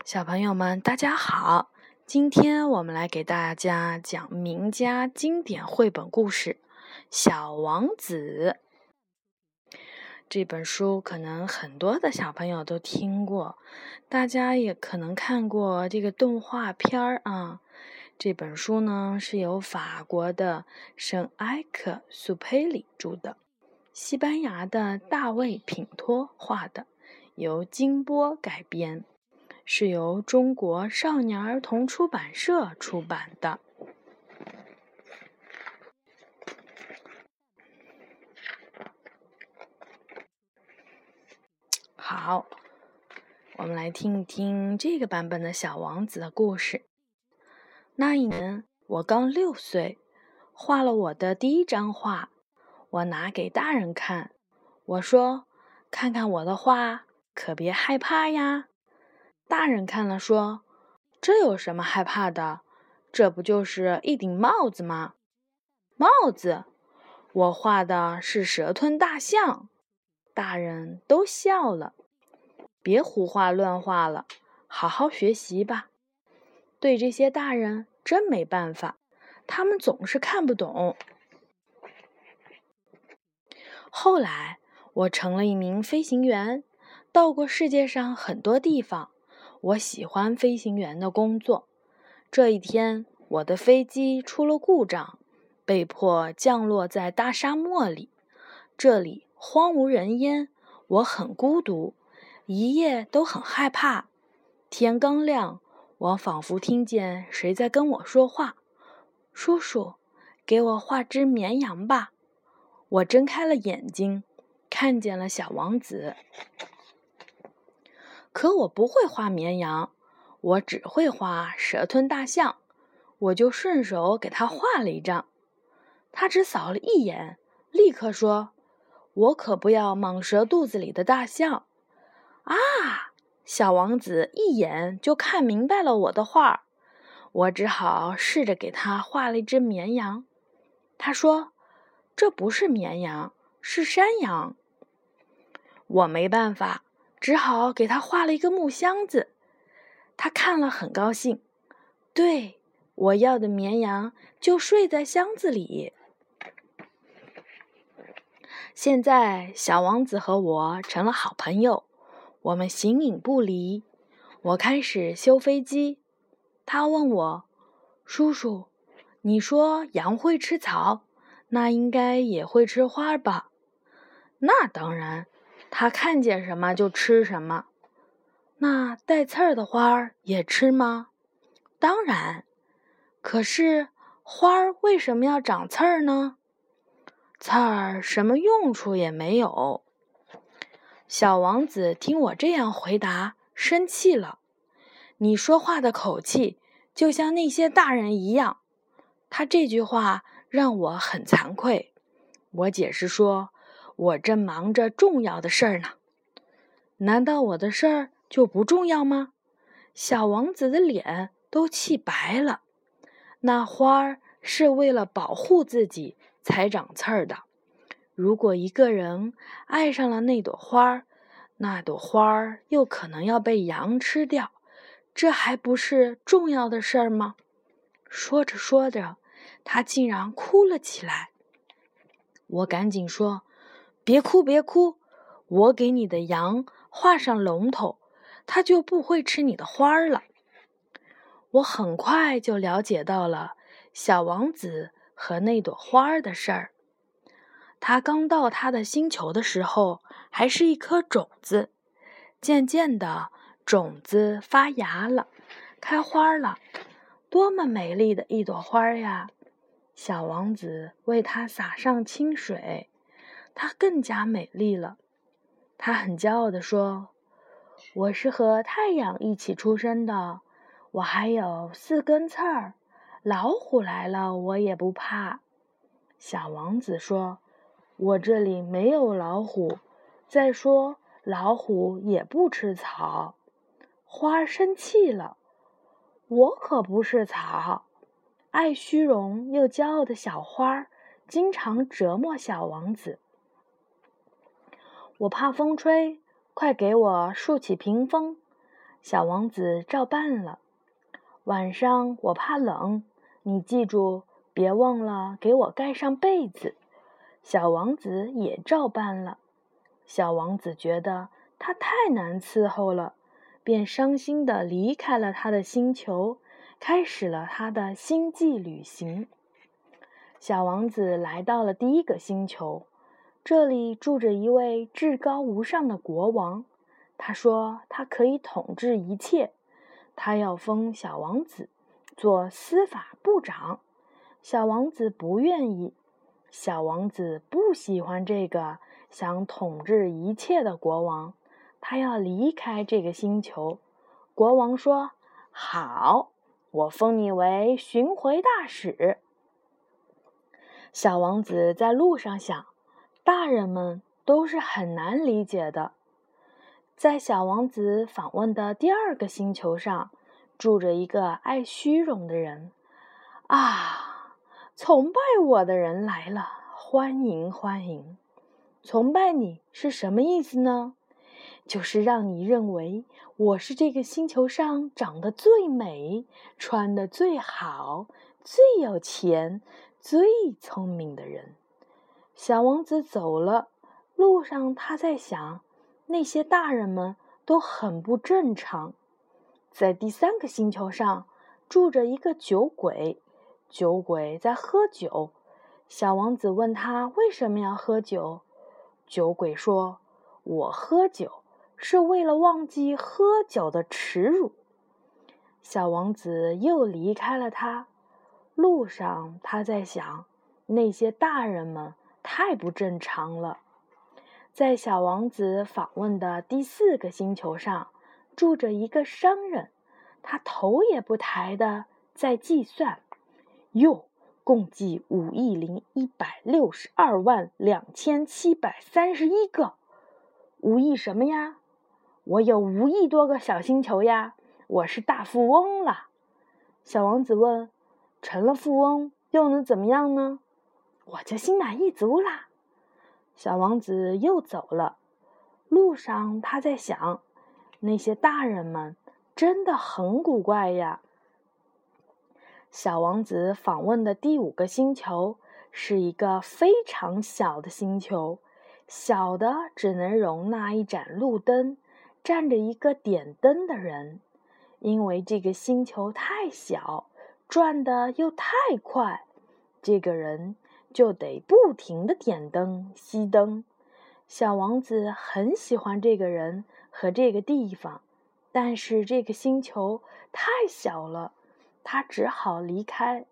小朋友们，大家好！今天我们来给大家讲名家经典绘本故事《小王子》。这本书可能很多的小朋友都听过，大家也可能看过这个动画片儿啊。这本书呢是由法国的圣埃克苏佩里著的，西班牙的大卫品托画的，由金波改编。是由中国少年儿童出版社出版的。好，我们来听一听这个版本的小王子的故事。那一年，我刚6岁，画了我的第一张画，我拿给大人看，我说：“看看我的画，可别害怕呀。”大人看了说：“这有什么害怕的？这不就是一顶帽子吗？”帽子？我画的是蛇吞大象。大人都笑了。别胡画乱画了，好好学习吧。对这些大人真没办法，他们总是看不懂。后来，我成了一名飞行员，到过世界上很多地方。我喜欢飞行员的工作。这一天，我的飞机出了故障，被迫降落在大沙漠里。这里荒无人烟，我很孤独，一夜都很害怕。天刚亮，我仿佛听见谁在跟我说话：“叔叔，给我画只绵羊吧。”我睁开了眼睛，看见了小王子。可我不会画绵羊，我只会画蛇吞大象，我就顺手给他画了一张。他只扫了一眼，立刻说：“我可不要蟒蛇肚子里的大象。”啊！小王子一眼就看明白了我的画，我只好试着给他画了一只绵羊。他说：“这不是绵羊，是山羊。”我没办法，只好给他画了一个木箱子。他看了很高兴。对，我要的绵羊就睡在箱子里。现在，小王子和我成了好朋友，我们形影不离。我开始修飞机。他问我：“叔叔，你说羊会吃草，那应该也会吃花吧？”那当然，它看见什么就吃什么。那带刺儿的花儿也吃吗？当然。可是花儿为什么要长刺儿呢？刺儿什么用处也没有。小王子听我这样回答，生气了。你说话的口气就像那些大人一样。他这句话让我很惭愧。我解释说，我正忙着重要的事儿呢。难道我的事儿就不重要吗？小王子的脸都气白了。那花儿是为了保护自己才长刺儿的。如果一个人爱上了那朵花儿，那朵花儿又可能要被羊吃掉，这还不是重要的事儿吗？说着说着，他竟然哭了起来。我赶紧说：“别哭，别哭，我给你的羊画上龙头，它就不会吃你的花儿了。”我很快就了解到了小王子和那朵花儿的事儿。他刚到他的星球的时候，还是一颗种子，渐渐的，种子发芽了，开花了。多么美丽的一朵花呀！小王子为它洒上清水，它更加美丽了。他很骄傲地说：“我是和太阳一起出生的，我还有4根刺儿，老虎来了我也不怕。”小王子说：“我这里没有老虎，再说老虎也不吃草。”花儿生气了：“我可不是草。”爱虚荣又骄傲的小花儿经常折磨小王子。“我怕风吹，快给我竖起屏风。” 小王子照办了。晚上我怕冷，你记住，别忘了给我盖上被子。小王子也照办了。小王子觉得他太难伺候了，便伤心地离开了他的星球，开始了他的星际旅行。小王子来到了第一个星球，这里住着一位至高无上的国王。他说他可以统治一切，他要封小王子做司法部长。小王子不愿意，小王子不喜欢这个想统治一切的国王，他要离开这个星球。国王说：好，我封你为巡回大使。小王子在路上想，大人们都是很难理解的。在小王子访问的第二个星球上，住着一个爱虚荣的人。啊，崇拜我的人来了，欢迎欢迎。崇拜你是什么意思呢？就是让你认为我是这个星球上长得最美、穿得最好、最有钱、最聪明的人。小王子走了，路上他在想，那些大人们都很不正常。在第三个星球上，住着一个酒鬼，酒鬼在喝酒。小王子问他为什么要喝酒，酒鬼说：我喝酒是为了忘记喝酒的耻辱。小王子又离开了他，路上他在想，那些大人们太不正常了。在小王子访问的第四个星球上，住着一个商人，他头也不抬地在计算。哟，共计5亿0,162万2,731个。5亿什么呀？我有5亿多个小星球呀，我是大富翁了。小王子问：成了富翁又能怎么样呢？我就心满意足啦。小王子又走了，路上他在想，那些大人们真的很古怪呀。小王子访问的第五个星球是一个非常小的星球，小的只能容纳一盏路灯，站着一个点灯的人。因为这个星球太小，转得又太快，这个人就得不停地点灯熄灯。小王子很喜欢这个人和这个地方，但是这个星球太小了，他只好离开。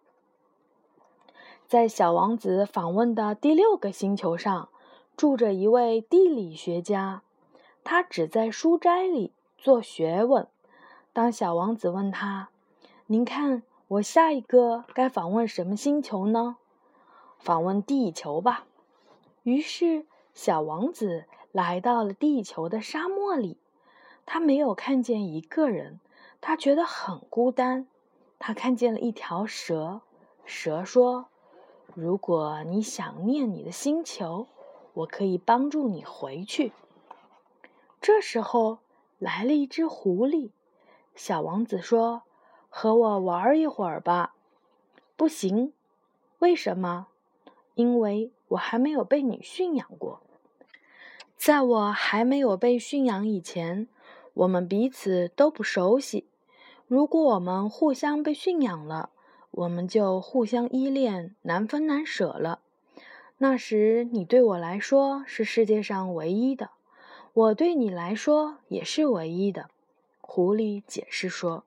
在小王子访问的第六个星球上，住着一位地理学家，他只在书斋里做学问。当小王子问他：您看我下一个该访问什么星球呢？访问地球吧。于是小王子来到了地球的沙漠里，他没有看见一个人，他觉得很孤单。他看见了一条蛇，蛇说：如果你想念你的星球，我可以帮助你回去。这时候来了一只狐狸，小王子说：和我玩一会儿吧。不行。为什么？因为我还没有被你驯养过。在我还没有被驯养以前，我们彼此都不熟悉。如果我们互相被驯养了，我们就互相依恋，难分难舍了。那时你对我来说是世界上唯一的，我对你来说也是唯一的。狐狸解释说。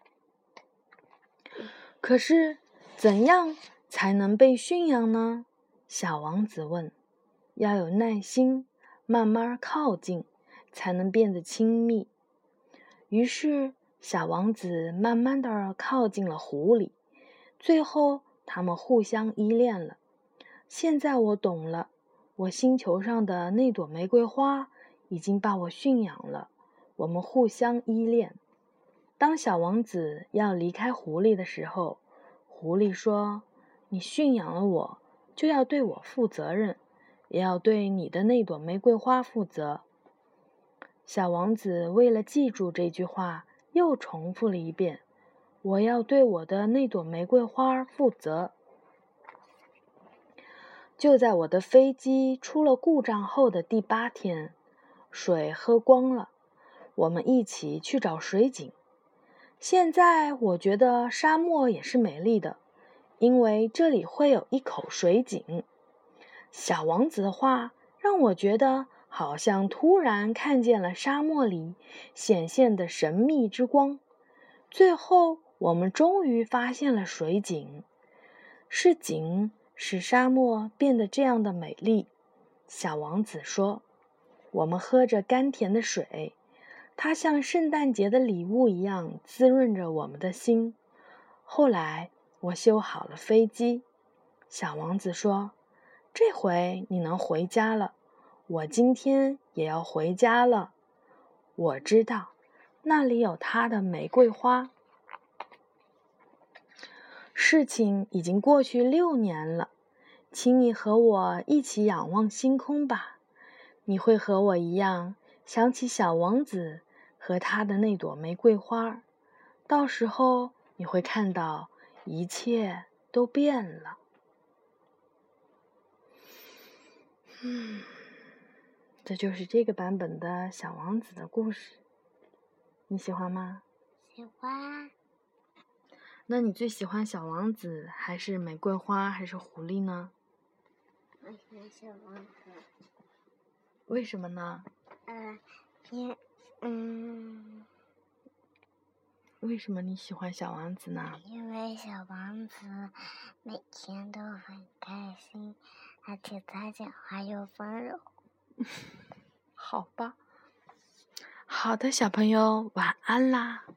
可是怎样才能被驯养呢？小王子问。要有耐心，慢慢靠近，才能变得亲密。于是小王子慢慢地靠近了狐狸，最后他们互相依恋了。现在我懂了，我星球上的那朵玫瑰花已经把我驯养了，我们互相依恋。当小王子要离开狐狸的时候，狐狸说：你驯养了我，就要对我负责任，也要对你的那朵玫瑰花负责。 小王子为了记住这句话，又重复了一遍：“我要对我的那朵玫瑰花负责。”就在我的飞机出了故障后的第8天，水喝光了，我们一起去找水井。现在我觉得沙漠也是美丽的，因为这里会有一口水井。小王子的话让我觉得好像突然看见了沙漠里显现的神秘之光。最后，我们终于发现了水井，是井使沙漠变得这样的美丽。小王子说：“我们喝着甘甜的水，它像圣诞节的礼物一样滋润着我们的心。”后来，我修好了飞机。小王子说：“这回你能回家了，我今天也要回家了。我知道，那里有它的玫瑰花。”事情已经过去6年了，请你和我一起仰望星空吧。你会和我一样想起小王子和他的那朵玫瑰花，到时候你会看到一切都变了。这就是这个版本的小王子的故事，你喜欢吗？ 喜欢。 那你最喜欢小王子还是玫瑰花还是狐狸呢？ 我喜欢小王子。 为什么呢？为什么你喜欢小王子呢？ 因为小王子每天都很开心，而且他讲话又温柔。 好吧，好的，小朋友，晚安啦。